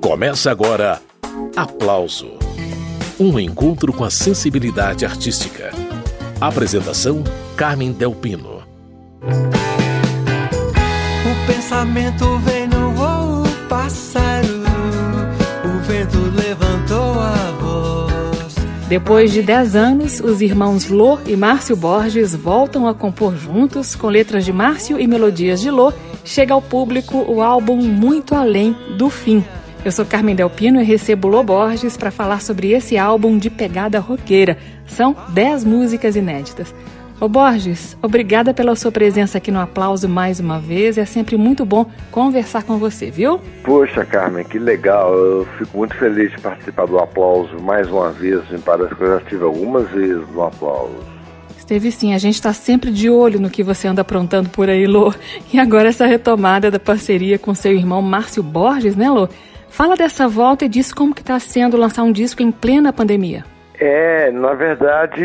Começa agora Aplauso, um encontro com a sensibilidade artística. Apresentação, Carmen Del Pino. O pensamento vem no voo pássaro, o vento levantou a voz. Depois de 10 anos, os irmãos Lô e Márcio Borges voltam a compor juntos, com letras de Márcio e melodias de Lô. Chega ao público o álbum Muito Além do Fim. Eu sou Carmen Del Pino e recebo Lô Borges para falar sobre esse álbum de pegada roqueira. São 10 músicas inéditas. Ô Borges, obrigada pela sua presença aqui no Aplauso mais uma vez. É sempre muito bom conversar com você, viu? Poxa, Carmen, que legal. Eu fico muito feliz de participar do Aplauso mais uma vez. Me parece que eu já estive algumas vezes no Aplauso. Esteve sim, a gente está sempre de olho no que você anda aprontando por aí, Lô. E agora essa retomada da parceria com seu irmão Márcio Borges, né, Lô? Fala dessa volta e diz como que está sendo lançar um disco em plena pandemia. Na verdade,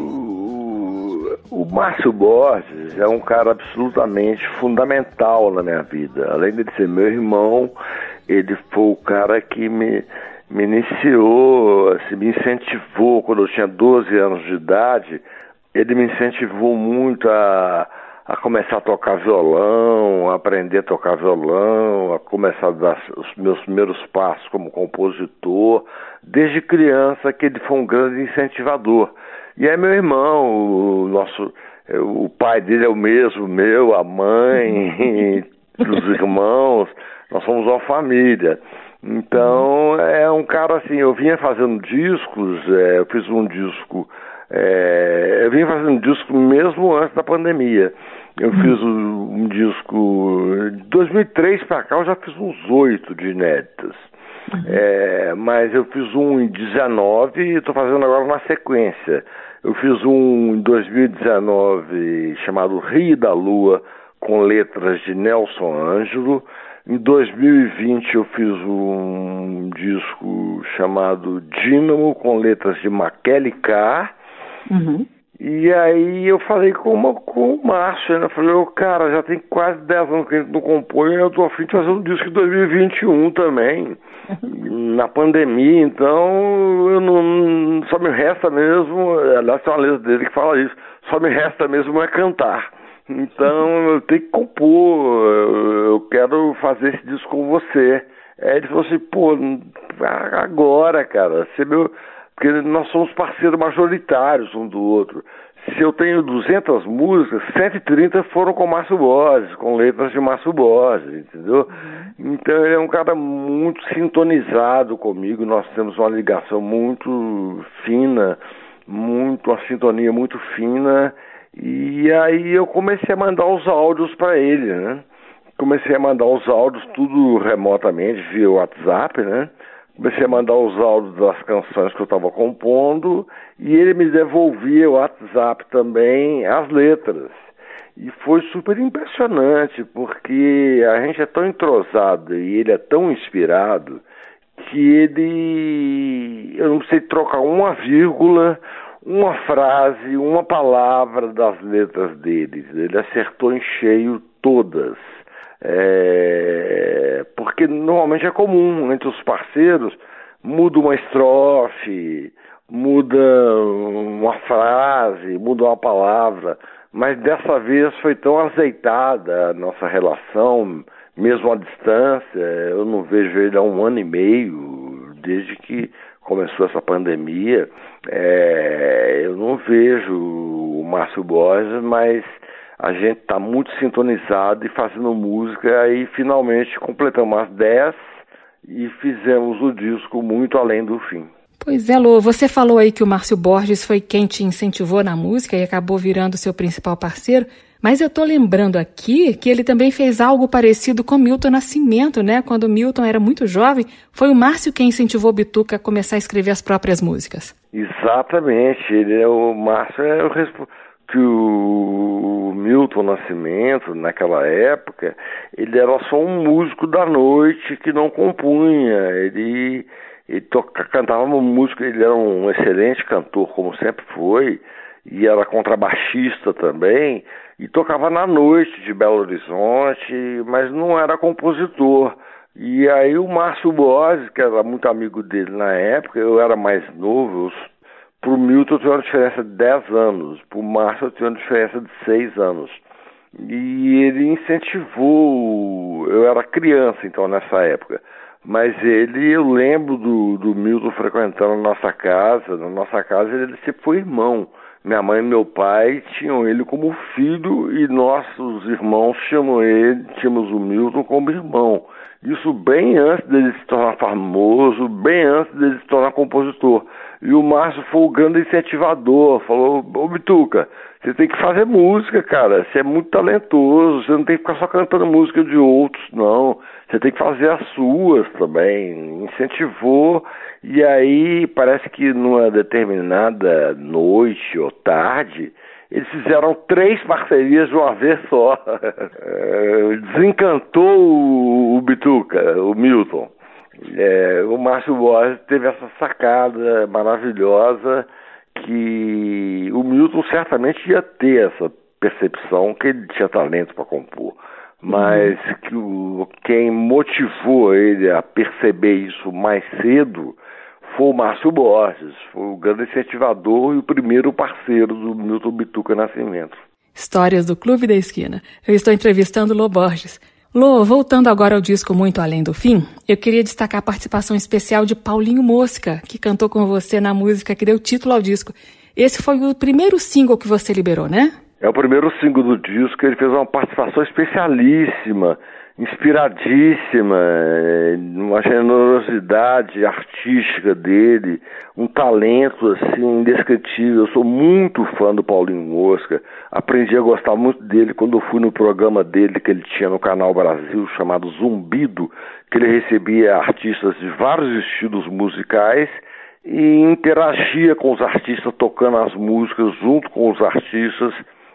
o Márcio Borges é um cara absolutamente fundamental na minha vida. Além de ser meu irmão, ele foi o cara que me iniciou, assim, me incentivou quando eu tinha 12 anos de idade. Ele me incentivou muito a começar a tocar violão, a aprender a tocar violão, a começar a dar os meus primeiros passos como compositor. Desde criança que ele foi um grande incentivador. E é meu irmão, o pai dele é o mesmo meu, a mãe, os irmãos, nós somos uma família. Então é um cara assim, eu vinha fazendo discos, eu fiz um disco... eu vim fazendo disco mesmo antes da pandemia. Eu fiz um disco de 2003 para cá, eu já fiz uns 8 de inéditas. Mas eu fiz um em 19 e estou fazendo agora na sequência. Eu fiz um em 2019 chamado Rio da Lua, com letras de Nelson Ângelo. Em 2020 eu fiz um disco chamado Dínamo, com letras de Maquele K. E aí eu falei com o Márcio, né? Eu falei, cara, já tem quase 10 anos que a gente não compõe, eu tô a fim de fazer um disco em 2021 também, na pandemia, então eu não, só me resta mesmo, aliás tem uma letra dele que fala isso, só me resta mesmo é cantar. Então eu tenho que compor, eu quero fazer esse disco com você. Aí ele falou assim, agora, cara, você meu... Porque nós somos parceiros majoritários um do outro. Se eu tenho 200 músicas, 130 foram com Márcio Borges, com letras de Márcio Borges, entendeu? Então ele é um cara muito sintonizado comigo, nós temos uma ligação muito fina, uma sintonia muito fina, e aí eu comecei a mandar os áudios para ele, né? Comecei a mandar os áudios tudo remotamente, via WhatsApp, né? Comecei a mandar os áudios das canções que eu estava compondo e ele me devolvia o WhatsApp também as letras. E foi super impressionante, porque a gente é tão entrosado e ele é tão inspirado que eu não precisei trocar uma vírgula, uma frase, uma palavra das letras dele. Ele acertou em cheio todas. Porque normalmente é comum entre os parceiros, muda uma estrofe, muda uma frase, muda uma palavra, mas dessa vez foi tão azeitada a nossa relação, mesmo à distância. Eu não vejo ele há 1 ano e meio, desde que começou essa pandemia. Eu não vejo o Márcio Borges, mas a gente está muito sintonizado e fazendo música, aí finalmente completamos as 10 e fizemos o disco Muito Além do Fim. Pois é, Lô, você falou aí que o Márcio Borges foi quem te incentivou na música e acabou virando seu principal parceiro, mas eu tô lembrando aqui que ele também fez algo parecido com Milton Nascimento, né? Quando o Milton era muito jovem, foi o Márcio quem incentivou o Bituca a começar a escrever as próprias músicas. Exatamente, o Márcio é o responsável. Que o Milton Nascimento, naquela época, ele era só um músico da noite que não compunha, ele cantava uma música, ele era um excelente cantor, como sempre foi, e era contrabaixista também, e tocava na noite de Belo Horizonte, mas não era compositor. E aí o Márcio Borges, que era muito amigo dele na época, eu era mais novo, pro Milton eu tinha uma diferença de 10 anos, pro Márcio eu tinha uma diferença de 6 anos. E ele incentivou, eu era criança então nessa época, mas eu lembro do Milton frequentando a nossa casa. Na nossa casa ele sempre foi irmão. Minha mãe e meu pai tinham ele como filho e nossos irmãos tínhamos o Milton como irmão. Isso bem antes dele se tornar famoso, bem antes dele se tornar compositor. E o Márcio foi o grande incentivador, falou: ô Bituca, você tem que fazer música, cara, você é muito talentoso, você não tem que ficar só cantando música de outros, não. Você tem que fazer as suas também. Incentivou, e aí parece que numa determinada noite ou tarde, eles fizeram 3 parcerias de uma vez só. Desencantou o Bituca, o Milton. O Márcio Borges teve essa sacada maravilhosa que o Milton certamente ia ter essa percepção que ele tinha talento para compor, mas que quem motivou ele a perceber isso mais cedo foi o Márcio Borges, foi o grande incentivador e o primeiro parceiro do Milton Bituca Nascimento. Histórias do Clube da Esquina. Eu estou entrevistando Lô Borges. Lô, voltando agora ao disco Muito Além do Fim, eu queria destacar a participação especial de Paulinho Mosca, que cantou com você na música que deu título ao disco. Esse foi o primeiro single que você liberou, né? É o primeiro single do disco. Ele fez uma participação especialíssima, inspiradíssima, uma generosidade artística dele, um talento assim indescritível. Eu sou muito fã do Paulinho Mosca. Aprendi a gostar muito dele quando eu fui no programa dele que ele tinha no Canal Brasil, chamado Zumbido, que ele recebia artistas de vários estilos musicais e interagia com os artistas, tocando as músicas junto com os artistas,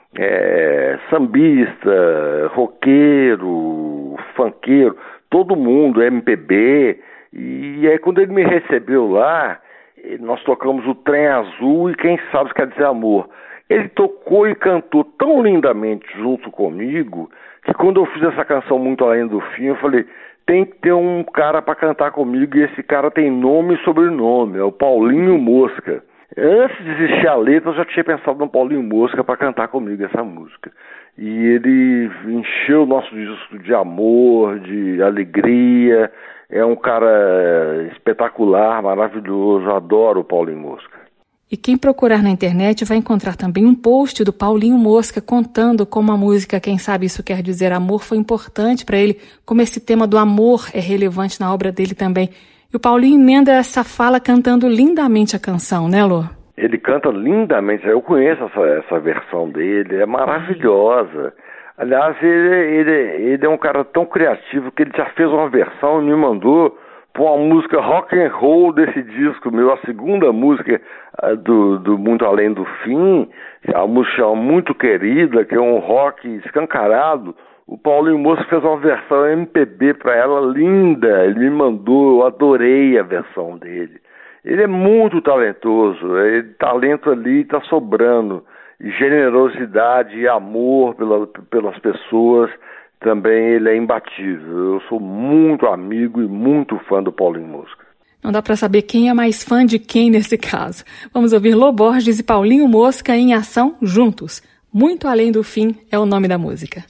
sambista, roqueiro, funkeiro, todo mundo, MPB. E aí quando ele me recebeu lá, nós tocamos o Trem Azul e Quem Sabe Quer Dizer Amor. Ele tocou e cantou tão lindamente junto comigo que quando eu fiz essa canção Muito Além do Fim, eu falei: tem que ter um cara para cantar comigo, e esse cara tem nome e sobrenome, é o Paulinho Mosca. Antes de existir a letra, eu já tinha pensado no Paulinho Mosca para cantar comigo essa música. E ele encheu o nosso disco de amor, de alegria. É um cara espetacular, maravilhoso. Adoro o Paulinho Mosca. E quem procurar na internet vai encontrar também um post do Paulinho Mosca contando como a música Quem Sabe Isso Quer Dizer Amor foi importante para ele, como esse tema do amor é relevante na obra dele também. E o Paulinho emenda essa fala cantando lindamente a canção, né, Lô? Ele canta lindamente, eu conheço essa versão dele, é maravilhosa. Aliás, ele é um cara tão criativo que ele já fez uma versão e me mandou para uma música rock and roll desse disco meu, a segunda música do Muito Além do Fim, a música Muito Querida, que é um rock escancarado. O Paulinho Mosca fez uma versão MPB para ela linda, ele me mandou, eu adorei a versão dele. Ele é muito talentoso, talento ali está sobrando, e generosidade e amor pelas pessoas, também ele é imbatível. Eu sou muito amigo e muito fã do Paulinho Mosca. Não dá para saber quem é mais fã de quem nesse caso. Vamos ouvir Lô Borges e Paulinho Mosca em ação juntos. Muito Além do Fim é o nome da música.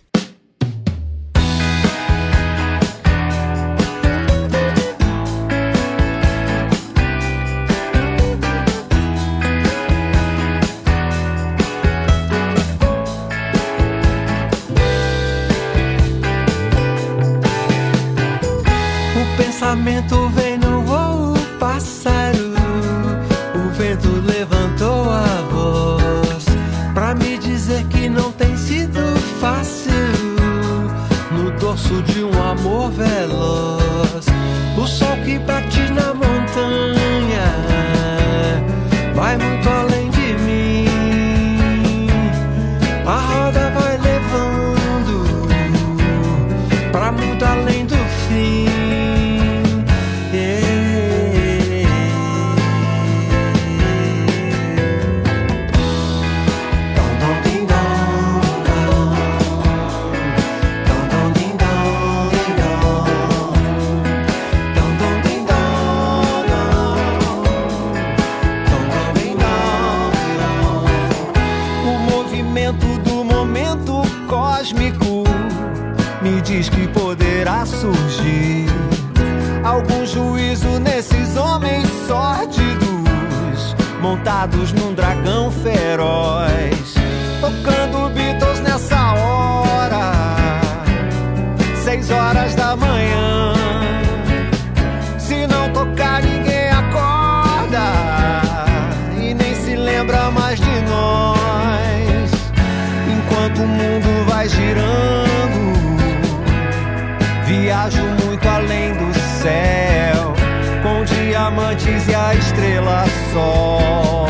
O pensamento vem no voo, pássaro. O vento levantou a voz pra me dizer que não tem sido fácil no dorso de um amor veloz. O sol que bate na montanha vai muito além de mim. A roda vai levando pra muito além do fim. diz que poderá surgir algum juízo nesses homens sórdidos, montados num dragão feroz, tocando Beatles nessa hora, 6 horas da manhã. Se não tocar, ninguém acorda e nem se lembra mais de nós. Enquanto o mundo vai girando, viajo muito além do céu, com diamantes e a estrela Sol.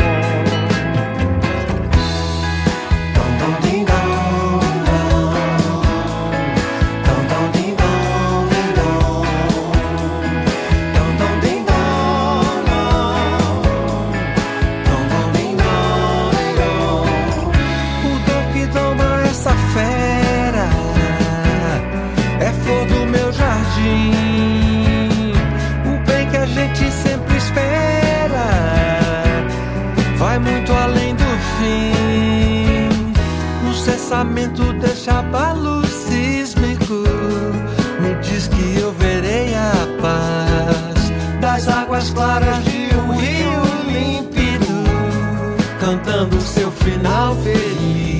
O bem que a gente sempre espera vai muito além do fim. O cessamento deixa abalo sísmico, me diz que eu verei a paz das águas claras de um rio límpido, cantando seu final feliz.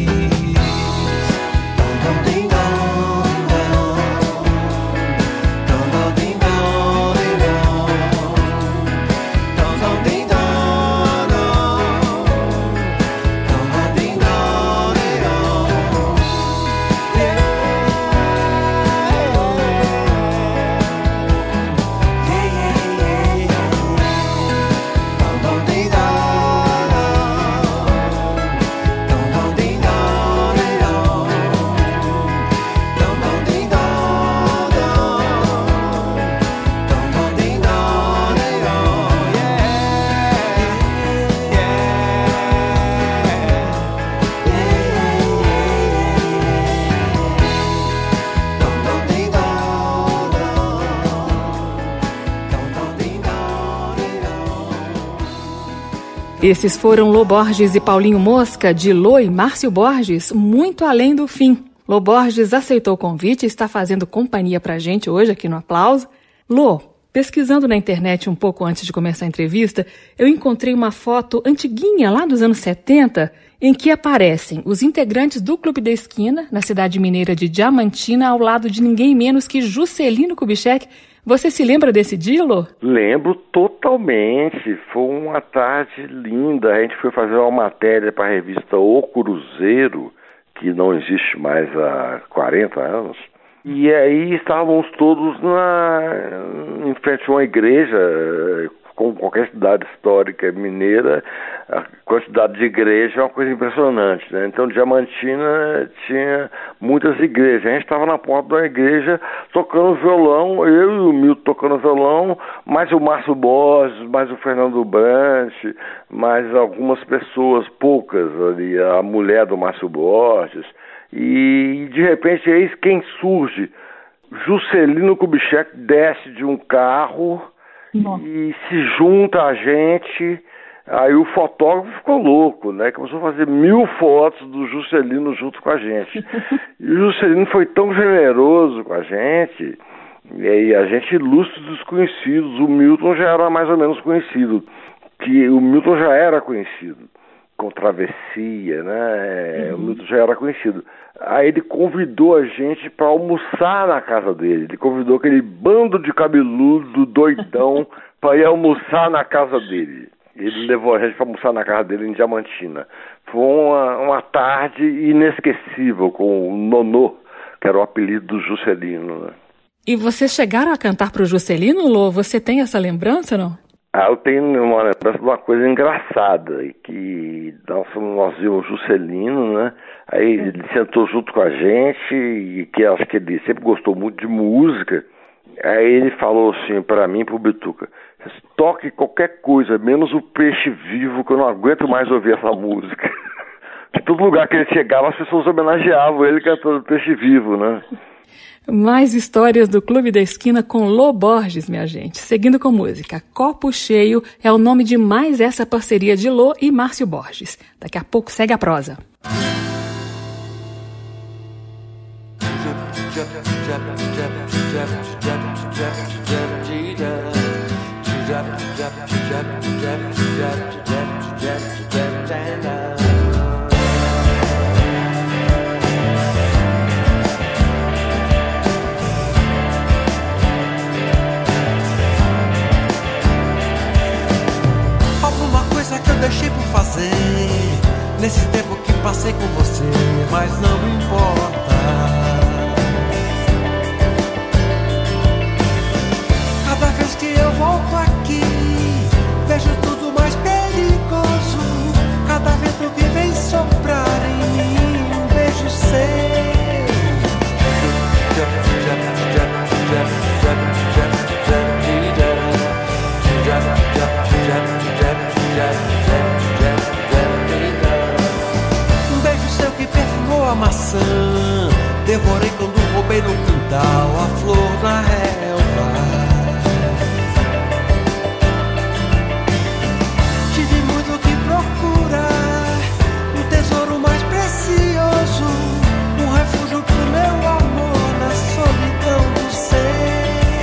Esses foram Lô Borges e Paulinho Mosca, de Lô e Márcio Borges, muito além do fim. Lô Borges aceitou o convite e está fazendo companhia pra gente hoje aqui no Aplauso. Lô, pesquisando na internet um pouco antes de começar a entrevista, eu encontrei uma foto antiguinha lá dos anos 70, em que aparecem os integrantes do Clube da Esquina, na cidade mineira de Diamantina, ao lado de ninguém menos que Juscelino Kubitschek. Você se lembra desse dia, Lô? Lembro totalmente. Foi uma tarde linda. A gente foi fazer uma matéria para a revista O Cruzeiro, que não existe mais há 40 anos. E aí estávamos todos em frente a uma igreja. Como qualquer cidade histórica mineira, a quantidade de igrejas é uma coisa impressionante, né? Então, Diamantina tinha muitas igrejas. A gente estava na porta de uma igreja tocando violão, eu e o Milton tocando violão, mais o Márcio Borges, mais o Fernando Brant, mais algumas pessoas, poucas ali, a mulher do Márcio Borges. E, de repente, eis quem surge. Juscelino Kubitschek desce de um carro... Nossa. E se junta a gente. Aí o fotógrafo ficou louco, né? Começou a fazer 1000 fotos do Juscelino junto com a gente. E o Juscelino foi tão generoso com a gente, e aí a gente ilustra desconhecidos. O Milton já era mais ou menos conhecido, que o Milton já era conhecido com Travessia, né? O Milton já era conhecido. Aí ele convidou a gente para almoçar na casa dele. Ele convidou aquele bando de cabeludo, doidão, para ir almoçar na casa dele. Ele levou a gente para almoçar na casa dele em Diamantina. Foi uma tarde inesquecível com o Nonô, que era o apelido do Juscelino, né? E vocês chegaram a cantar para o Juscelino, Lô? Você tem essa lembrança, não? Eu tenho uma lembrança de uma coisa engraçada, que nós vimos o Juscelino, né? Aí ele sentou junto com a gente, e que acho que ele sempre gostou muito de música. Aí ele falou assim para mim, pro Bituca: toque qualquer coisa, menos o Peixe Vivo, que eu não aguento mais ouvir essa música. De todo lugar que ele chegava, as pessoas homenageavam ele cantando Peixe Vivo, né? Mais histórias do Clube da Esquina com Lô Borges, minha gente. Seguindo com música, Copo Cheio é o nome de mais essa parceria de Lô e Márcio Borges. Daqui a pouco segue a prosa. Alguma coisa que eu deixei por fazer nesse tempo que passei com você, mas não importa. Cada vez que eu volto aqui, vejo tudo mais perigoso. Cada vento que vem soprar em mim, um beijo seu. Um beijo seu que perfumou a maçã, devorei quando roubei no quintal a flor na relva. Tive muito que procurar, um tesouro mais precioso, um refúgio pro meu amor na solidão do ser.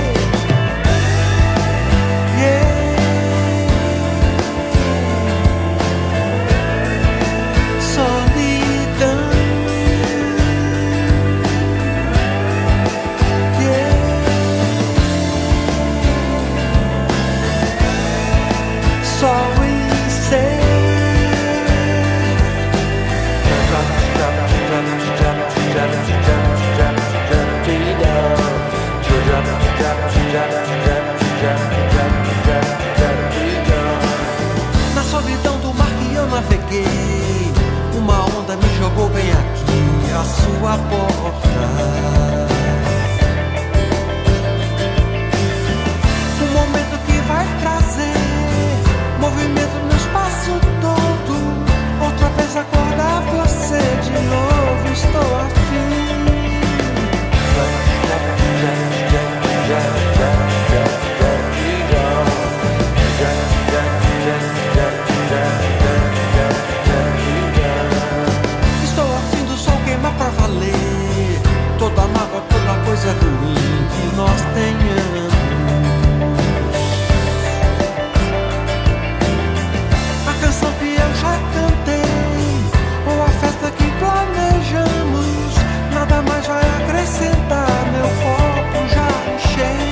Na solidão do mar que eu naveguei, uma onda me jogou bem aqui à sua porta. Um momento que vai trazer movimento no espaço todo. Outra vez acordar você de novo, estou afim. Estou afim do sol queimar pra valer toda mágoa, toda coisa ruim que nós tenhamos. A canção que eu já cantei, ou a festa que planejamos, nada mais vai acrescentar, meu copo já enchei.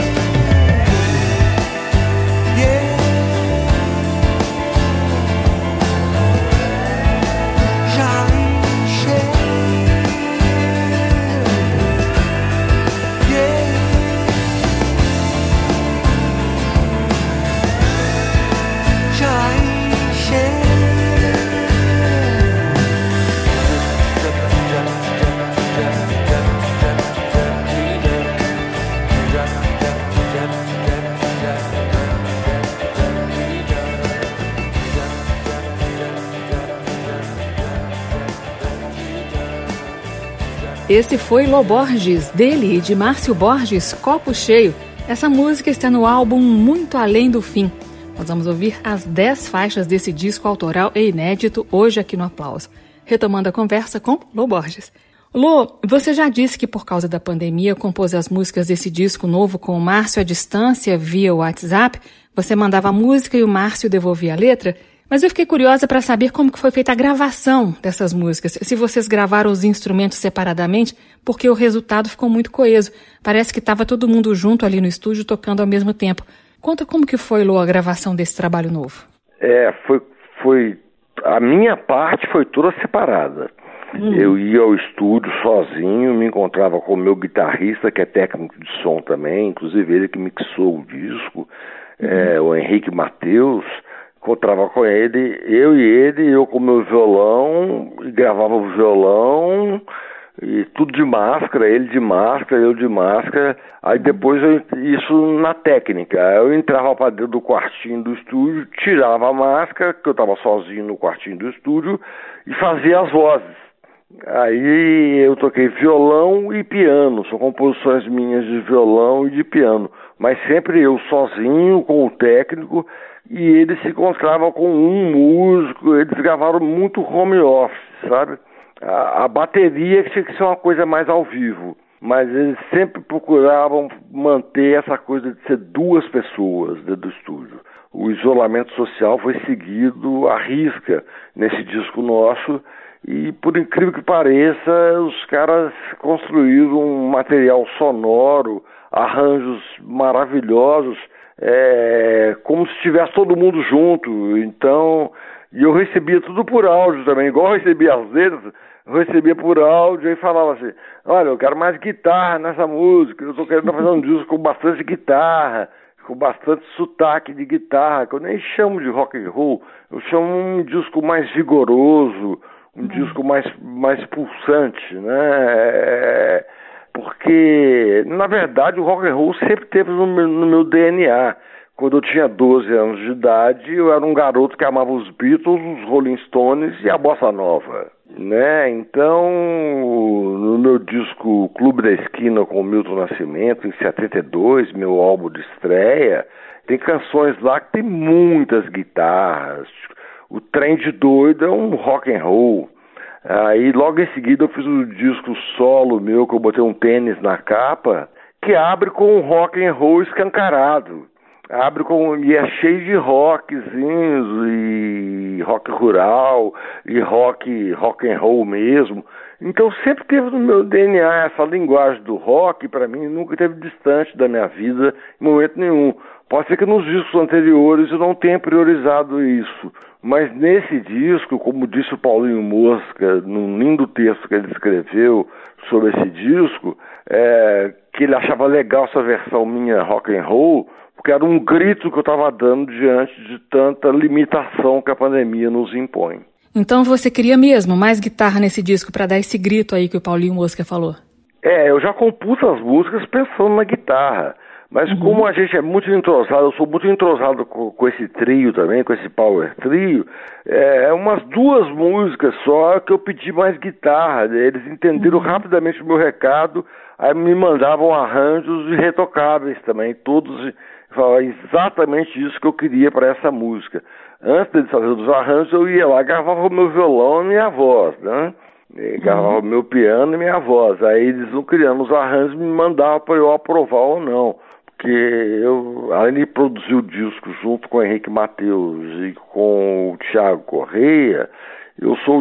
Esse foi Lô Borges, dele e de Márcio Borges, Copo Cheio. Essa música está no álbum Muito Além do Fim. Nós vamos ouvir as 10 faixas desse disco autoral e inédito hoje aqui no Aplauso. Retomando a conversa com Lô Borges. Lô, você já disse que por causa da pandemia compôs as músicas desse disco novo com o Márcio à distância via WhatsApp. Você mandava a música e o Márcio devolvia a letra. Mas eu fiquei curiosa para saber como que foi feita a gravação dessas músicas. Se vocês gravaram os instrumentos separadamente, porque o resultado ficou muito coeso. Parece que estava todo mundo junto ali no estúdio tocando ao mesmo tempo. Conta como que foi, Lô, a gravação desse trabalho novo. Foi a minha parte foi toda separada. Eu ia ao estúdio sozinho, me encontrava com o meu guitarrista, que é técnico de som também, inclusive ele que mixou o disco, o Henrique Matheus. Encontrava com ele, eu com o meu violão, e gravava o violão, e tudo de máscara, ele de máscara, eu de máscara. Aí depois, isso na técnica, eu entrava para dentro do quartinho do estúdio, tirava a máscara, que eu estava sozinho no quartinho do estúdio, e fazia as vozes. Aí eu toquei violão e piano, são composições minhas de violão e de piano, mas sempre eu sozinho com o técnico, e eles se encontravam com um músico, eles gravaram muito home office, sabe? A bateria tinha que ser uma coisa mais ao vivo. mas eles sempre procuravam manter essa coisa de ser 2 pessoas dentro do estúdio. O isolamento social foi seguido à risca nesse disco nosso e, por incrível que pareça, os caras construíram um material sonoro, arranjos maravilhosos, como se estivesse todo mundo junto. Então, e eu recebia tudo por áudio também, igual eu recebia às vezes, eu recebia por áudio e falava assim: olha, eu quero mais guitarra nessa música, eu estou querendo fazer um disco com bastante guitarra, com bastante sotaque de guitarra, que eu nem chamo de rock and roll, eu chamo um disco mais vigoroso, um disco mais pulsante, né? Porque, na verdade, o rock and roll sempre teve no meu DNA. Quando eu tinha 12 anos de idade, eu era um garoto que amava os Beatles, os Rolling Stones e a Bossa Nova, né? Então, no meu disco Clube da Esquina com o Milton Nascimento, em 72, meu álbum de estreia, tem canções lá que tem muitas guitarras. O Trem de Doido é um rock and roll. Aí, logo em seguida, eu fiz um disco solo meu, que eu botei um tênis na capa, que abre com um rock and roll escancarado. E é cheio de rockzinhos, e rock rural, e rock and roll mesmo. Então sempre teve no meu DNA essa linguagem do rock, para mim nunca esteve distante da minha vida em momento nenhum. Pode ser que nos discos anteriores eu não tenha priorizado isso, mas nesse disco, como disse o Paulinho Mosca, num lindo texto que ele escreveu sobre esse disco, que ele achava legal essa versão minha rock and roll, porque era um grito que eu estava dando diante de tanta limitação que a pandemia nos impõe. Então você queria mesmo mais guitarra nesse disco para dar esse grito aí que o Paulinho Mosca falou? Eu já compus as músicas pensando na guitarra, mas como a gente é muito entrosado, eu sou muito entrosado com esse trio também, com esse power trio, umas 2 músicas só que eu pedi mais guitarra. Eles entenderam rapidamente o meu recado, aí me mandavam arranjos irretocáveis também, todos falavam exatamente isso que eu queria para essa música. Antes de fazer os arranjos, eu ia lá, gravava o meu violão e minha voz, né? Gravava o meu piano e minha voz. Aí eles vão criando os arranjos e me mandavam para eu aprovar ou não. Porque eu, além de produzir o disco junto com o Henrique Mateus e com o Thiago Correia, eu sou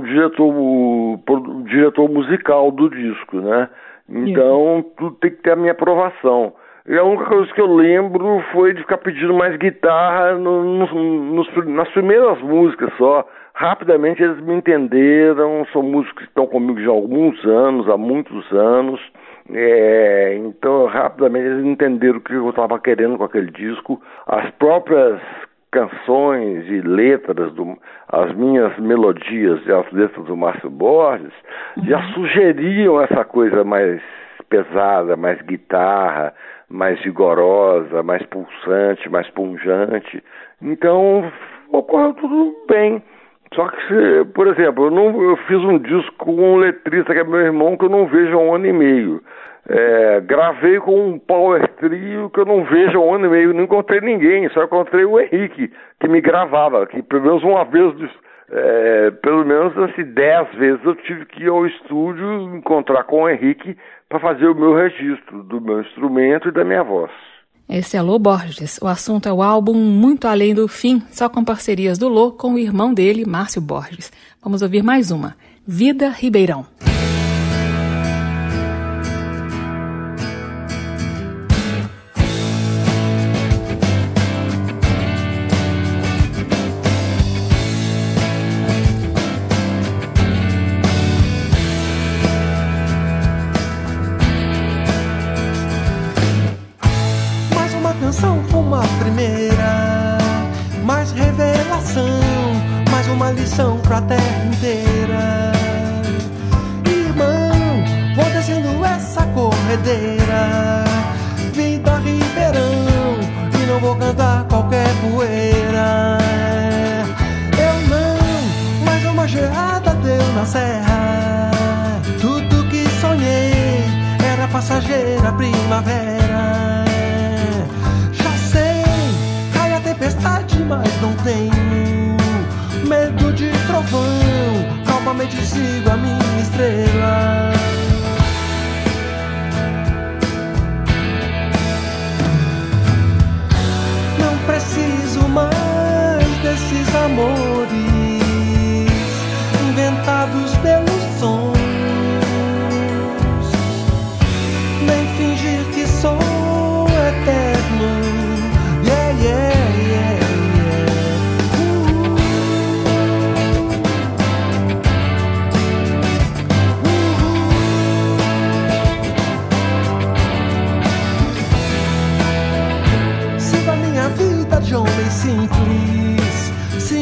o diretor musical do disco, né? Então, tudo tem que ter a minha aprovação. E a única coisa que eu lembro foi de ficar pedindo mais guitarra nas primeiras músicas só. Rapidamente eles me entenderam, são músicos que estão comigo já há alguns anos, há muitos anos. Então, rapidamente eles entenderam o que eu estava querendo com aquele disco. As próprias canções e letras, as minhas melodias e as letras do Márcio Borges já sugeriam essa coisa mais pesada, mais guitarra, mais vigorosa, mais pulsante, mais punjante. Então, ocorreu tudo bem. Só que, por exemplo, eu fiz um disco com um letrista que é meu irmão, que eu não vejo há 1 ano e meio. Gravei com um power trio que eu não vejo há 1 ano e meio. Não encontrei ninguém, só encontrei o Henrique, que me gravava, que pelo menos uma vez, pelo menos assim, 10 vezes eu tive que ir ao estúdio encontrar com o Henrique para fazer o meu registro do meu instrumento e da minha voz. Esse é Lô Borges. O assunto é o álbum Muito Além do Fim, só com parcerias do Lô com o irmão dele, Márcio Borges. Vamos ouvir mais uma, Vida Ribeirão. Como a primeira, mais revelação, mais uma lição pra terra inteira. Irmão, vou descendo essa corredeira, vida Ribeirão, e não vou cantar qualquer poeira. Eu não, mais uma geada deu na serra. Tudo que sonhei era passageira primavera. Tempestade, mas não tenho medo de trovão, calmamente sigo a minha estrela.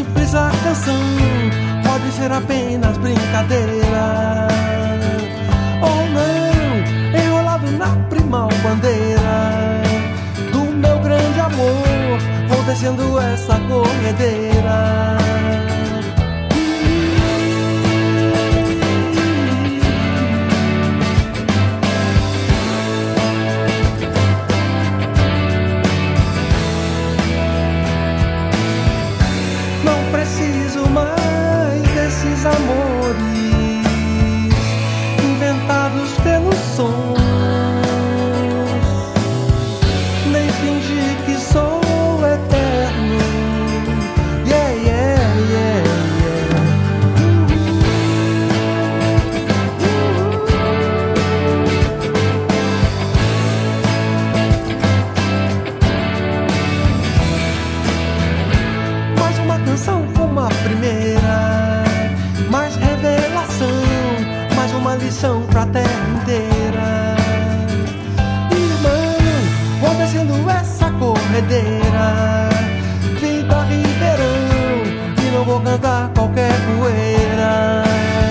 simples a canção pode ser apenas brincadeira, ou não, enrolado na primal bandeira do meu grande amor, vou descendo essa corredeira. Amores inventados pelos sons, nem fingir que sou eterno. Yeah, yeah, yeah, yeah. Mais uma canção como a primeira, mais revelação, mais uma lição pra terra inteira. Irmão, vou descendo essa corredeira, vida ribeirão, e não vou cantar qualquer poeira.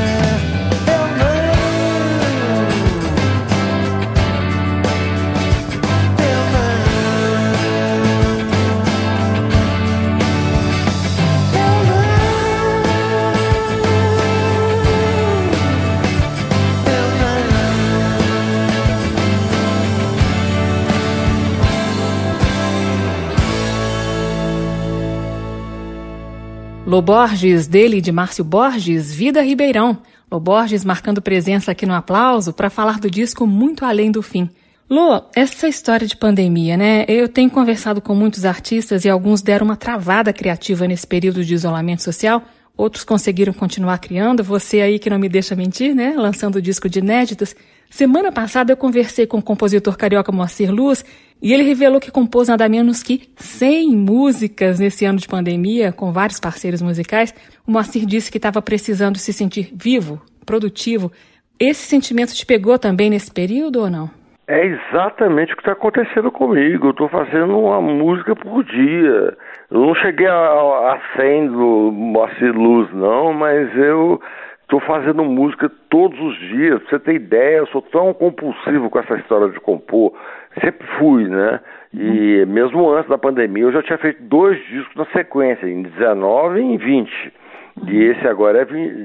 Lô Borges, dele e de Márcio Borges, Vida Ribeirão. Lô Borges marcando presença aqui no Aplauso para falar do disco Muito Além do Fim. Lô, essa história de pandemia, né? Eu tenho conversado com muitos artistas e alguns deram uma travada criativa nesse período de isolamento social. Outros conseguiram continuar criando. Você aí que não me deixa mentir, né? Lançando o disco de inéditos. Semana passada eu conversei com o compositor carioca Moacir Luz e ele revelou que compôs nada menos que 100 músicas nesse ano de pandemia, com vários parceiros musicais. O Moacir disse que estava precisando se sentir vivo, produtivo. Esse sentimento te pegou também nesse período ou não? É exatamente o que está acontecendo comigo. Eu estou fazendo uma música por dia. Eu não cheguei a 100 do Moacir Luz, não, mas eu estou fazendo música todos os dias. Pra você ter ideia, eu sou tão compulsivo com essa história de compor. Sempre fui, né? E mesmo antes da pandemia, eu já tinha feito 2 discos na sequência, em 19 e em 20. E esse agora é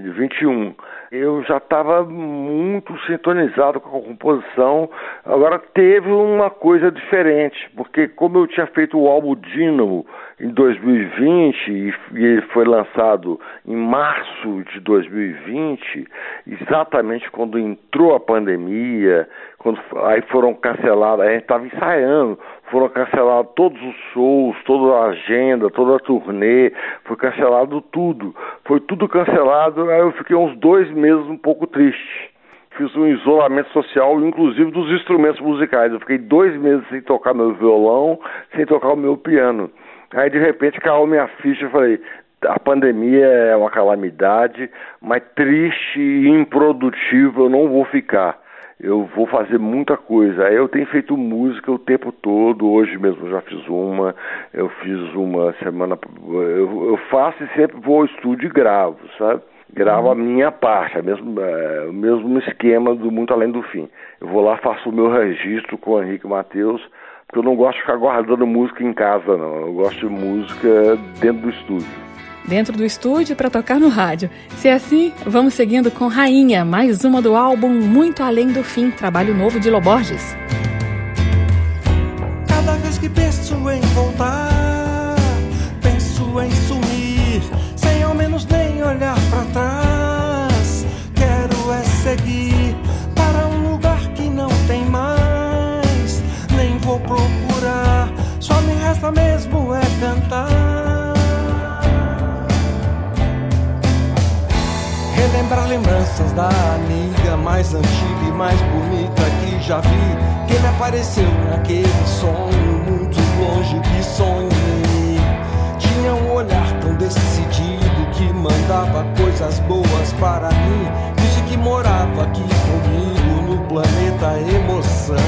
21. Eu já estava muito sintonizado com a composição. Agora teve uma coisa diferente, porque como eu tinha feito o álbum Dínamo em 2020 e ele foi lançado em março de 2020, exatamente quando entrou a pandemia, aí foram cancelados, a gente estava ensaiando, foram cancelados todos os shows, toda a agenda, toda a turnê, foi cancelado tudo. Foi tudo cancelado, aí eu fiquei uns 2 meses um pouco triste. Fiz um isolamento social, inclusive dos instrumentos musicais. Eu fiquei 2 meses sem tocar meu violão, sem tocar o meu piano. Aí de repente caiu minha ficha e falei, a pandemia é uma calamidade, mas triste e improdutivo eu não vou ficar. Eu vou fazer muita coisa. Aí eu tenho feito música o tempo todo. Hoje mesmo eu já fiz uma. Eu fiz uma semana. Eu faço e sempre vou ao estúdio e gravo, sabe? Gravo a minha parte, o mesmo esquema do Muito Além do Fim. Eu vou lá, faço o meu registro com o Henrique Matheus, porque eu não gosto de ficar guardando música em casa, não. Eu gosto de música dentro do estúdio. Dentro do estúdio para tocar no rádio. Se é assim, vamos seguindo com Rainha, mais uma do álbum Muito Além do Fim, trabalho novo de Lô Borges. Cada vez que penso em voltar, penso em sumir, sem ao menos nem olhar pra trás. Quero é seguir para um lugar que não tem mais, nem vou procurar, só me resta mesmo é cantar. Relembrar lembranças da amiga mais antiga e mais bonita que já vi, que me apareceu naquele sonho, muito longe que sonhei. Tinha um olhar tão decidido que mandava coisas boas para mim. Disse que morava aqui comigo no planeta Emoção.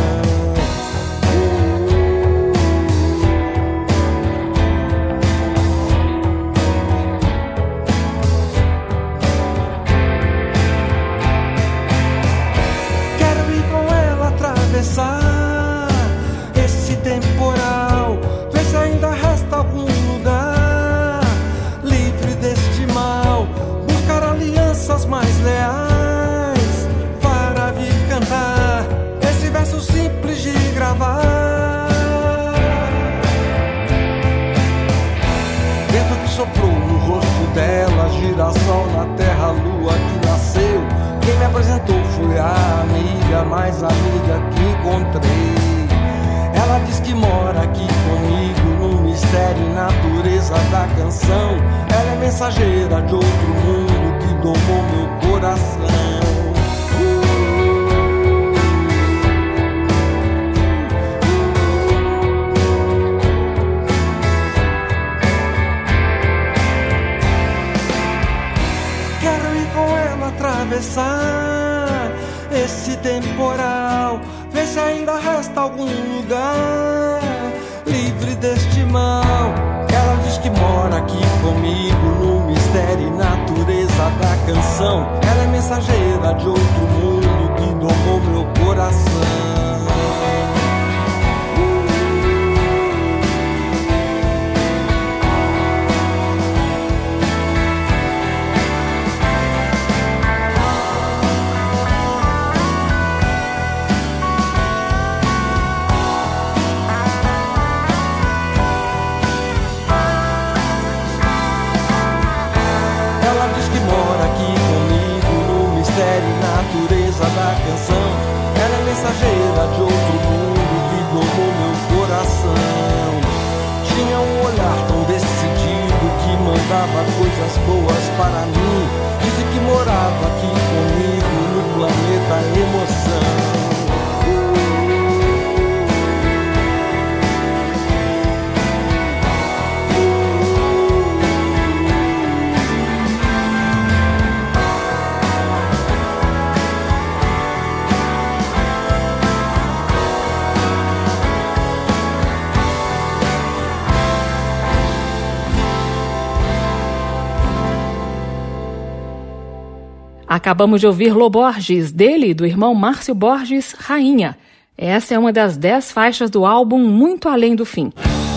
amiga, mais amiga que encontrei. Ela diz que mora aqui comigo no mistério e natureza da canção. Ela é mensageira de outro mundo que domou meu coração. Atravessar esse temporal, ver se ainda resta algum lugar livre deste mal. Ela diz que mora aqui comigo no mistério e natureza da canção. Ela é mensageira de outro mundo que domou meu coração. Da canção, ela é mensageira de outro mundo que domou meu coração. Tinha um olhar tão decidido que mandava coisas boas para mim. Disse que morava aqui comigo no planeta Emoção. Acabamos de ouvir Lô Borges, dele e do irmão Márcio Borges, Rainha. Essa é uma das 10 faixas do álbum Muito Além do Fim.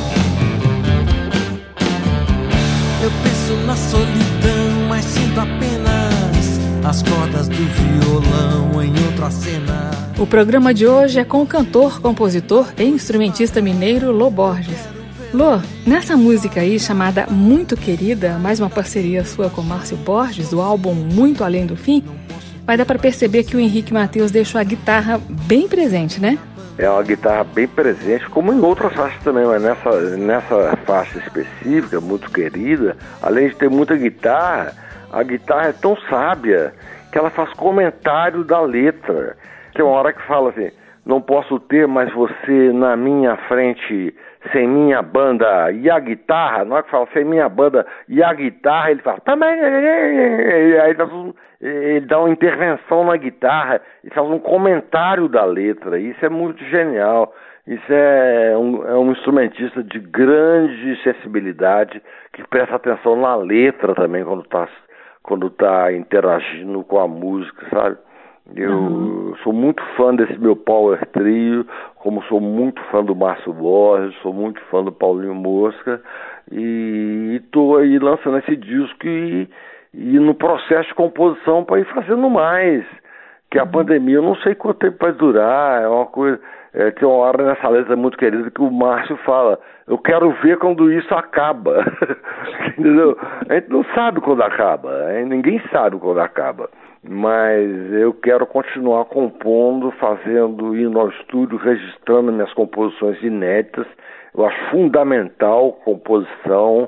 Eu penso na solidão, mas sinto apenas as cordas do violão em outra cena. O programa de hoje é com o cantor, compositor e instrumentista mineiro Lô Borges. Lô, nessa música aí chamada Muito Querida, mais uma parceria sua com Márcio Borges, do álbum Muito Além do Fim, vai dar para perceber que o Henrique Matheus deixou a guitarra bem presente, né? É uma guitarra bem presente, como em outras faixas também, mas nessa faixa específica, Muito Querida, além de ter muita guitarra, a guitarra é tão sábia que ela faz comentário da letra. Tem uma hora que fala assim: não posso ter mais você na minha frente sem minha banda e a guitarra. Na hora que fala sem minha banda e a guitarra, ele fala também. E aí ele dá uma intervenção na guitarra e faz um comentário da letra. Isso é muito genial. Isso é um instrumentista de grande sensibilidade que presta atenção na letra também quando tá interagindo com a música, sabe? Eu sou muito fã desse meu Power Trio, como sou muito fã do Márcio Borges, sou muito fã do Paulinho Mosca, e estou aí lançando esse disco e no processo de composição para ir fazendo mais, que a pandemia eu não sei quanto tempo vai durar. É uma coisa, tem uma hora nessa letra Muito Querida que o Márcio fala: eu quero ver quando isso acaba. Entendeu? A gente não sabe quando acaba, ninguém sabe quando acaba. Mas eu quero continuar compondo, indo ao estúdio, registrando minhas composições inéditas. Eu acho fundamental composição.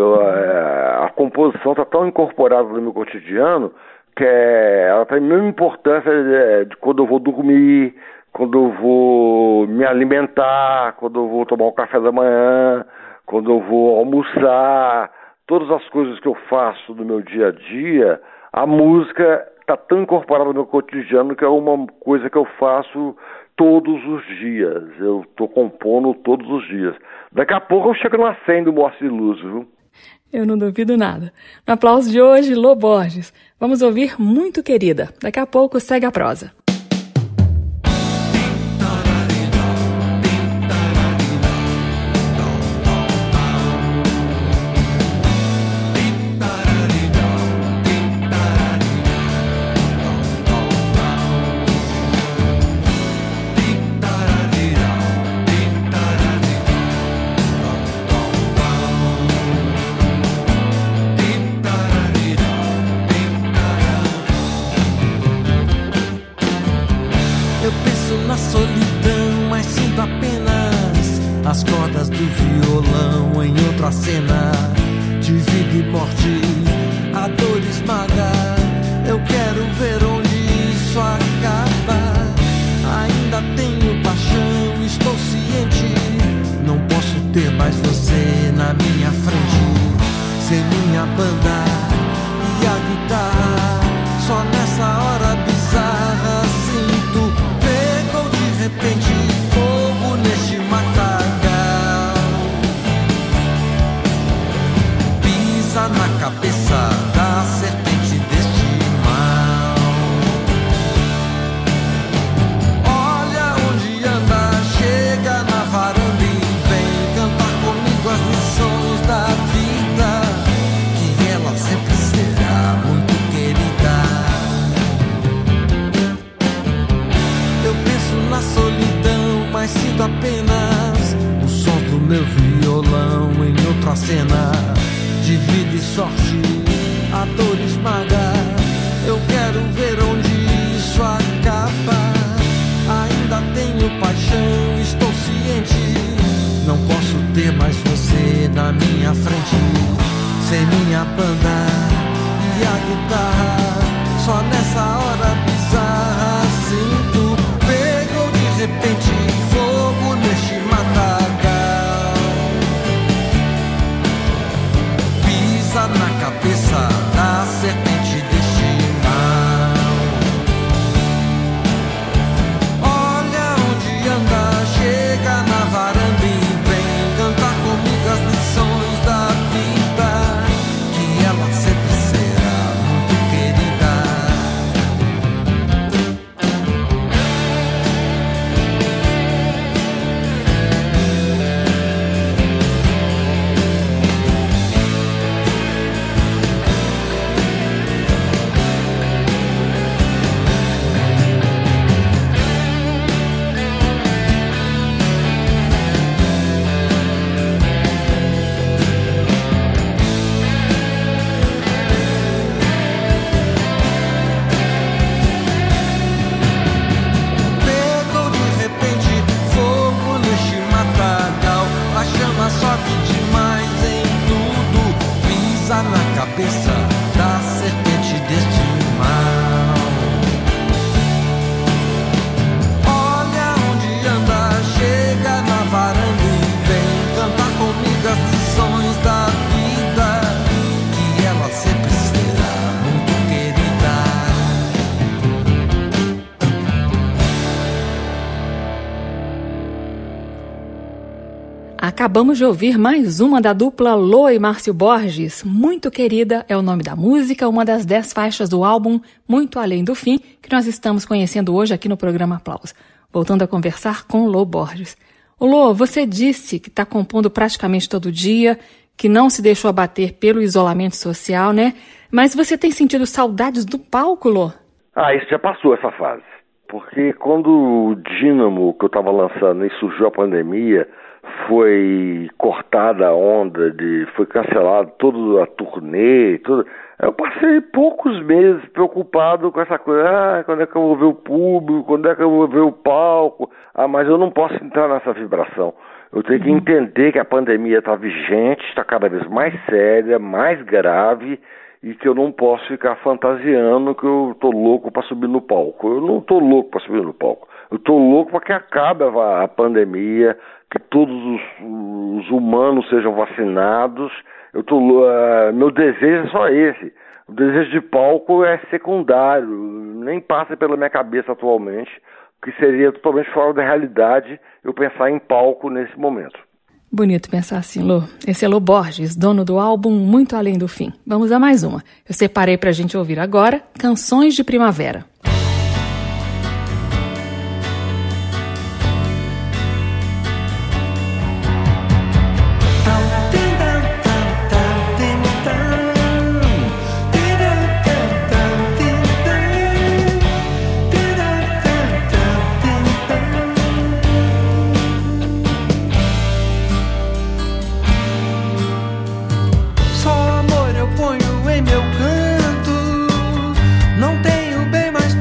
A composição está tão incorporada no meu cotidiano que ela tem a mesma importância de quando eu vou dormir, quando eu vou me alimentar, quando eu vou tomar um café da manhã, quando eu vou almoçar. Todas as coisas que eu faço no meu dia a dia, a música está tão incorporada no meu cotidiano que é uma coisa que eu faço todos os dias. Eu estou compondo todos os dias. Daqui a pouco eu chego na 100 do Morte de Luz, viu? Eu não duvido nada. No aplauso de hoje, Lô Borges. Vamos ouvir Muito Querida. Daqui a pouco segue a prosa. violão em outra cena de vida e morte, a dor esmaga. Eu quero ver onde isso acaba. Ainda tenho paixão, estou ciente. Não posso ter mais você na minha frente. Sem minha banda e a guitarra, só nessa hora bizarra sinto. Pegou de repente fogo neste matagal. Pisa na cabeça da serpente deste mal. Olha onde anda, chega na varanda e vem cantar comigo as lições da vida, que ela sempre será muito querida. Eu penso na solidão, mas sinto apenas o som do meu violão em outra cena de vida e sorte, a dor esmaga. Eu quero ver onde isso acaba. Ainda tenho paixão, estou ciente. Não posso ter mais você na minha frente. Sem minha banda e a guitarra, só nessa hora bizarra sinto. Pegou de repente fogo neste matagal. Pisa na cabeça da serpente deste mal. Olha onde anda, chega na varanda e vem cantar comigo as lições da vida, que ela sempre será muito querida. Pegou de repente fogo neste matagal. A chama sobe demais em tudo. Pisa na cabeça da serpente deste mal. Olha onde anda, chega na varanda e vem cantar comigo as lições da vida, que ela sempre será muito querida. Acabamos de ouvir mais uma da dupla Lô e Márcio Borges. Muito Querida é o nome da música, uma das 10 faixas do álbum Muito Além do Fim, que nós estamos conhecendo hoje aqui no programa Aplauso. Voltando a conversar com Lô Borges. Ô Lô, você disse que está compondo praticamente todo dia, que não se deixou abater pelo isolamento social, né? Mas você tem sentido saudades do palco, Lô? Isso já passou essa fase. Porque quando o Dínamo que eu estava lançando e surgiu a pandemia, foi cortada a onda, foi cancelado toda a turnê, tudo. Eu passei poucos meses preocupado com essa coisa. Quando é que eu vou ver o público? Quando é que eu vou ver o palco? Mas eu não posso entrar nessa vibração. Eu tenho que entender que a pandemia está vigente, está cada vez mais séria, mais grave, e que eu não posso ficar fantasiando que eu tô louco para subir no palco. Eu não tô louco para subir no palco. Eu tô louco para que acabe a pandemia, que todos os humanos sejam vacinados. Meu desejo é só esse. O desejo de palco é secundário, nem passa pela minha cabeça atualmente, que seria totalmente fora da realidade eu pensar em palco nesse momento. Bonito pensar assim, Lô. Esse é Lô Borges, dono do álbum Muito Além do Fim. Vamos a mais uma. Eu separei pra gente ouvir agora Canções de Primavera. Só amor eu ponho em meu canto. Não tenho bem mais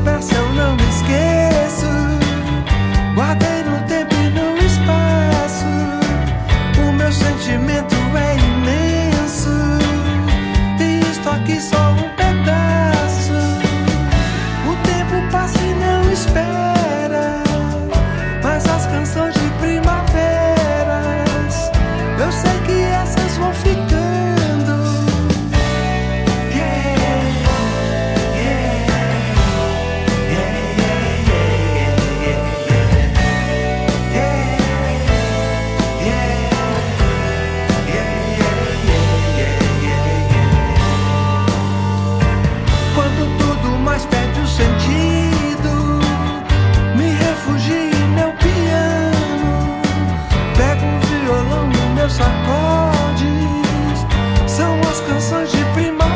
peça eu não me esqueço. Guardei no tempo e no espaço. O meu sentimento é imenso. E estou aqui só um pedaço. O tempo passa e não espera. Mas as canções de primaveras, eu sei que essas vão ficando. Meus acordes são as canções de primavera.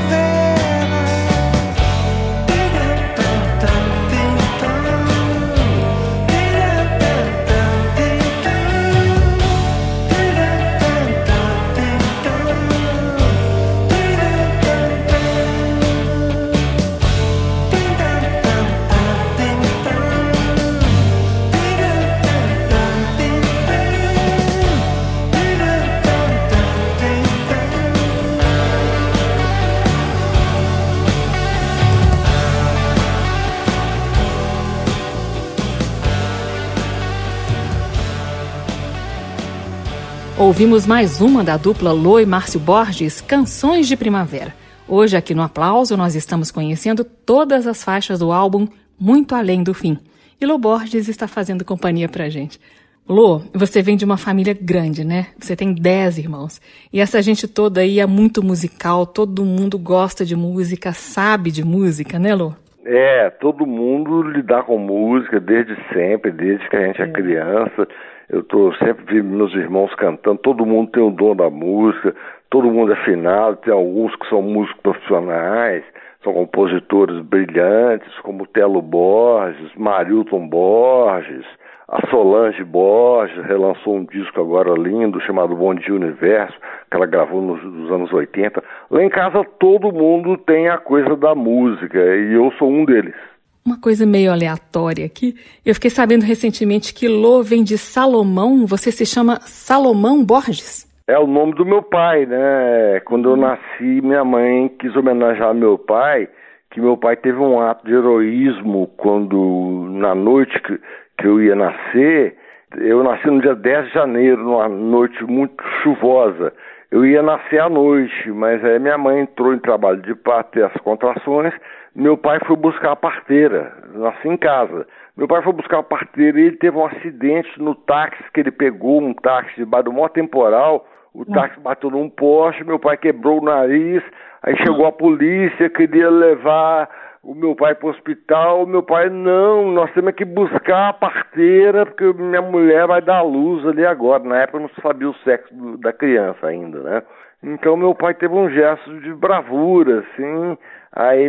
Ouvimos mais uma da dupla Lô e Márcio Borges, Canções de Primavera. Hoje, aqui no Aplauso, nós estamos conhecendo todas as faixas do álbum Muito Além do Fim. E Lô Borges está fazendo companhia pra gente. Lô, você vem de uma família grande, né? Você tem 10 irmãos. E essa gente toda aí é muito musical, todo mundo gosta de música, sabe de música, né, Lô? Todo mundo lidar com música desde sempre, desde que a gente é criança. Eu sempre vi meus irmãos cantando, todo mundo tem o dom da música, todo mundo é afinado, tem alguns que são músicos profissionais, são compositores brilhantes, como Telo Borges, Marilton Borges, a Solange Borges relançou um disco agora lindo chamado Bom Dia Universo, que ela gravou nos anos 80. Lá em casa todo mundo tem a coisa da música e eu sou um deles. Uma coisa meio aleatória aqui, eu fiquei sabendo recentemente que Lô vem de Salomão, você se chama Salomão Borges? É o nome do meu pai, né? Quando eu nasci, minha mãe quis homenagear meu pai, que meu pai teve um ato de heroísmo quando, na noite que eu ia nascer, eu nasci no dia 10 de janeiro, numa noite muito chuvosa. Eu ia nascer à noite, mas aí minha mãe entrou em trabalho de parto, ter as contrações. Meu pai foi buscar a parteira, nasci em casa. Meu pai foi buscar a parteira e ele teve um acidente no táxi que ele pegou, um táxi debaixo do maior temporal. O táxi bateu num poste, meu pai quebrou o nariz, aí chegou a polícia, queria levar o meu pai para o hospital. Meu pai, não, nós temos que buscar a parteira, porque minha mulher vai dar à luz ali agora. Na época eu não sabia o sexo da criança ainda, né? Então meu pai teve um gesto de bravura, assim. Aí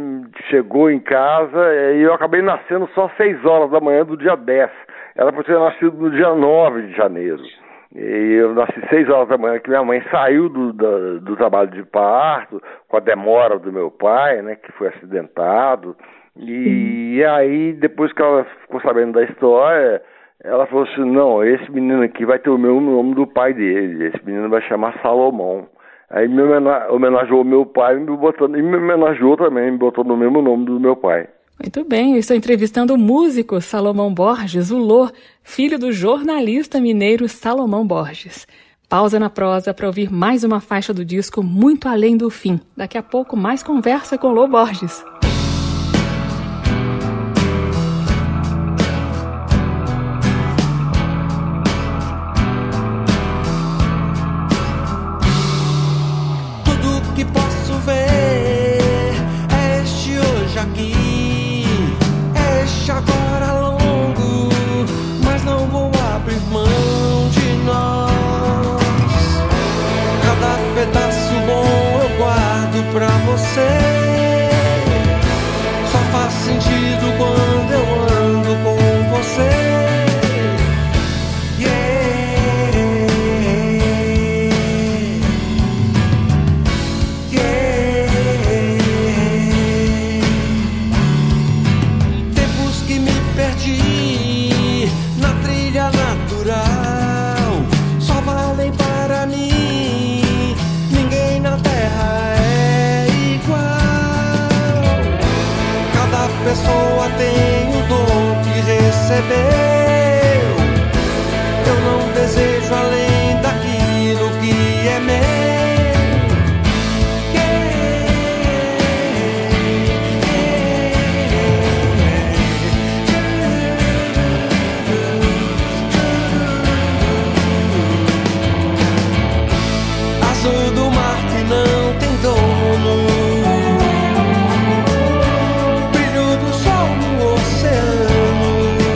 chegou em casa e eu acabei nascendo só 6 horas da manhã do dia 10. Era para ter nascido no dia 9 de janeiro. E eu nasci 6 horas da manhã, que minha mãe saiu do trabalho de parto, com a demora do meu pai, né, que foi acidentado. E aí, depois que ela ficou sabendo da história, ela falou assim, não, esse menino aqui vai ter o mesmo nome do pai dele, esse menino vai chamar Salomão. Aí me homenageou meu pai e me homenageou também, me botou no mesmo nome do meu pai. Muito bem, eu estou entrevistando o músico Salomão Borges, o Lô, filho do jornalista mineiro Salomão Borges. Pausa na prosa para ouvir mais uma faixa do disco Muito Além do Fim. Daqui a pouco mais conversa com Lô Borges. Tudo que posso ver é este hoje aqui. Agora longo, mas não vou abrir mão de nós. Cada pedaço bom eu guardo pra você. tem o dom que recebeu. Eu não desejo além daquilo que é meu. Azul do mar que não tem dono, brilho do sol no oceano.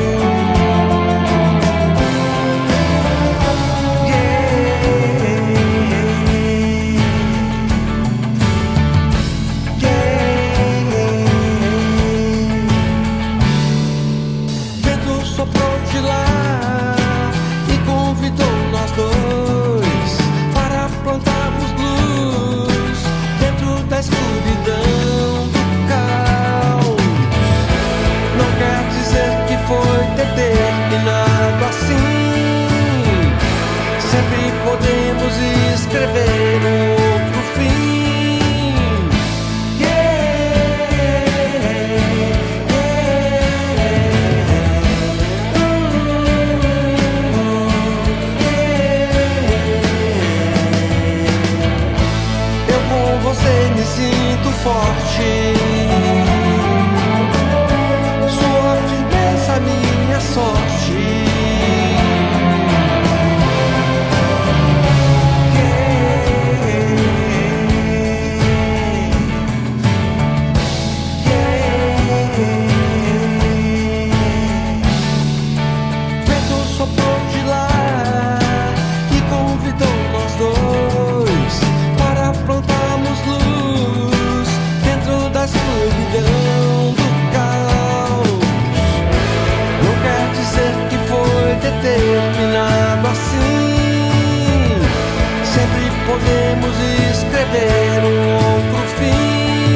Vento soprou de lá e convidou nós dois para plantarmos luz dentro da escuridão do caos. Não quer dizer que foi determinado assim. Sempre podemos escrever um outro fim. Eu com você me sinto forte. Sua firmeza, minha sorte. Vento soprou de lá e convidou nós dois para plantarmos luz dentro da escuridão do caos. Não quer dizer que foi determinado assim. Sempre podemos escrever um outro fim.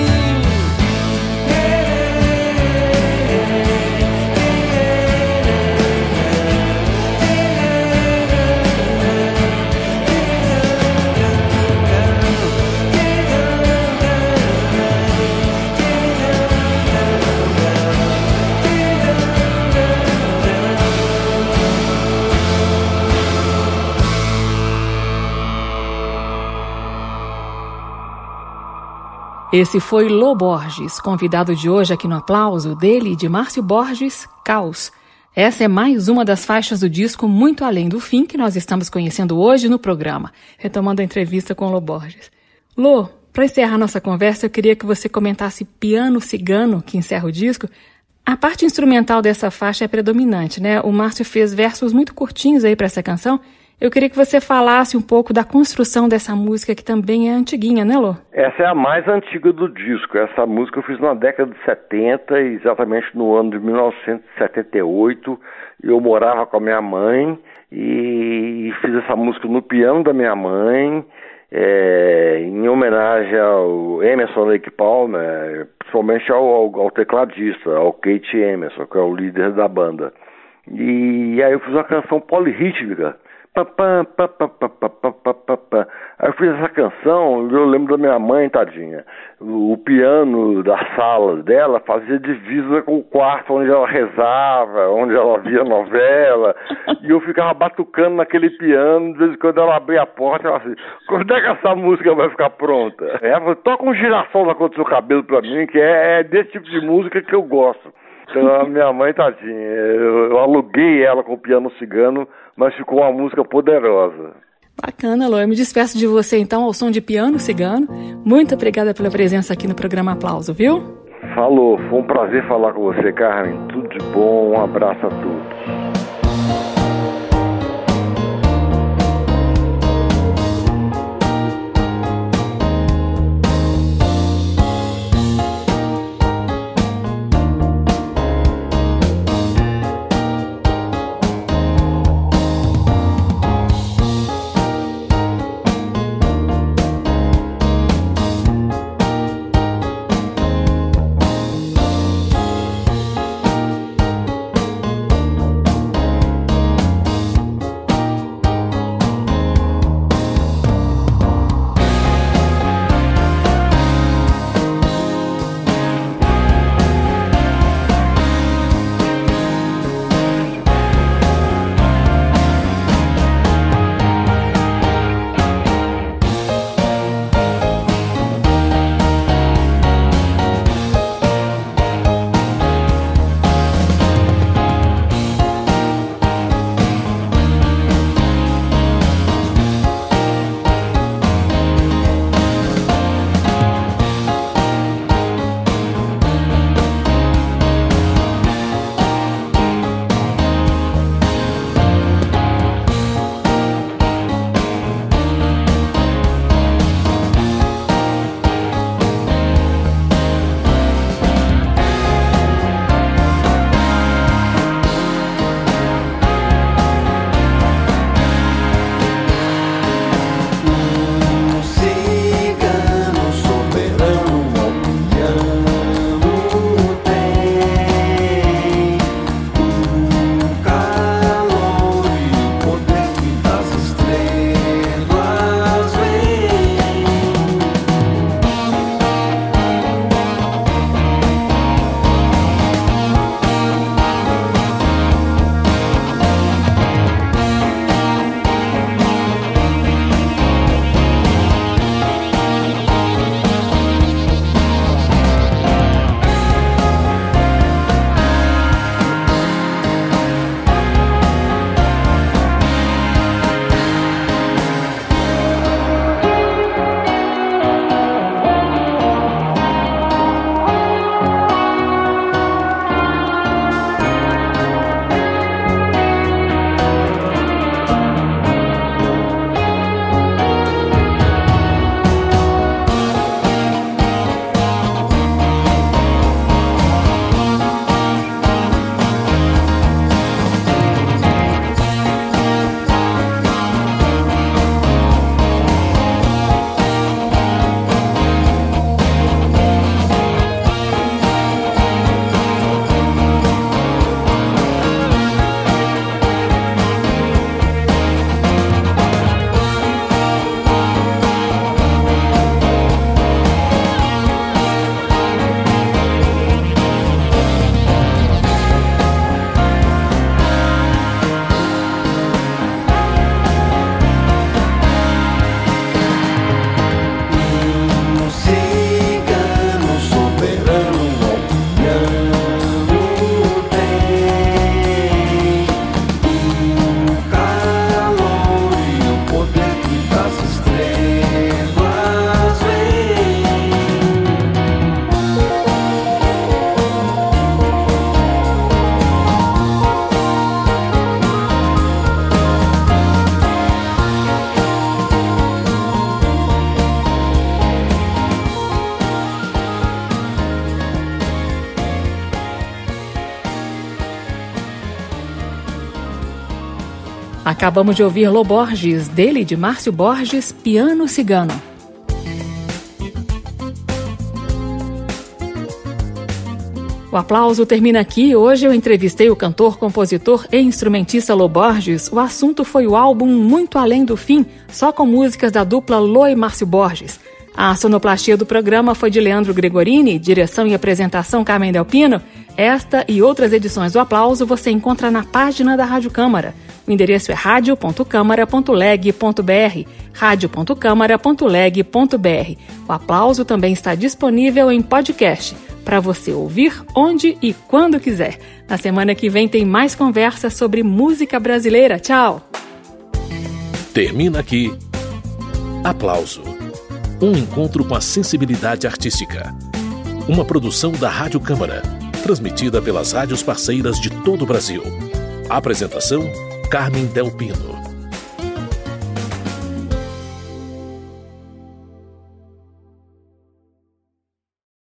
Esse foi Lô Borges, convidado de hoje aqui no Aplauso, dele e de Márcio Borges, Caos. Essa é mais uma das faixas do disco Muito Além do Fim, que nós estamos conhecendo hoje no programa, retomando a entrevista com Lô Borges. Lô, para encerrar nossa conversa, eu queria que você comentasse Piano Cigano, que encerra o disco. A parte instrumental dessa faixa é predominante, né? O Márcio fez versos muito curtinhos aí para essa canção. Eu queria que você falasse um pouco da construção dessa música, que também é antiguinha, né, Lô? Essa é a mais antiga do disco. Essa música eu fiz na década de 70, exatamente no ano de 1978. Eu morava com a minha mãe e fiz essa música no piano da minha mãe, em homenagem ao Emerson Lake Palmer, principalmente ao tecladista, ao Keith Emerson, que é o líder da banda. E aí eu fiz uma canção polirrítmica. Aí eu fiz essa canção, eu lembro da minha mãe, tadinha. O piano da sala dela fazia divisa com o quarto onde ela rezava, onde ela via novela. E eu ficava batucando naquele piano, de vez em quando ela abria a porta, ela assim, quando é que essa música vai ficar pronta? Toca um girassol na cor do seu cabelo pra mim, que é desse tipo de música que eu gosto. Então a minha mãe, tadinha, eu aluguei ela com o piano cigano, mas ficou uma música poderosa. Bacana, Lô. Eu me despeço de você, então, ao som de Piano Cigano. Muito obrigada pela presença aqui no programa Aplauso, viu? Falou, foi um prazer falar com você, Carmen. Tudo de bom, um abraço a todos. Acabamos de ouvir Lô Borges, dele de Márcio Borges, Piano Cigano. O Aplauso termina aqui. Hoje eu entrevistei o cantor, compositor e instrumentista Lô Borges. O assunto foi o álbum Muito Além do Fim, só com músicas da dupla Lô e Márcio Borges. A sonoplastia do programa foi de Leandro Gregorini, direção e apresentação Carmen Delpino. Esta e outras edições do Aplauso você encontra na página da Rádio Câmara. O endereço é radio.câmara.leg.br, radio.câmara.leg.br. O Aplauso também está disponível em podcast, para você ouvir onde e quando quiser. Na semana que vem tem mais conversas sobre música brasileira. Tchau! Termina aqui Aplauso. Um encontro com a sensibilidade artística. Uma produção da Rádio Câmara, transmitida pelas rádios parceiras de todo o Brasil. Apresentação, Carmen Delpino.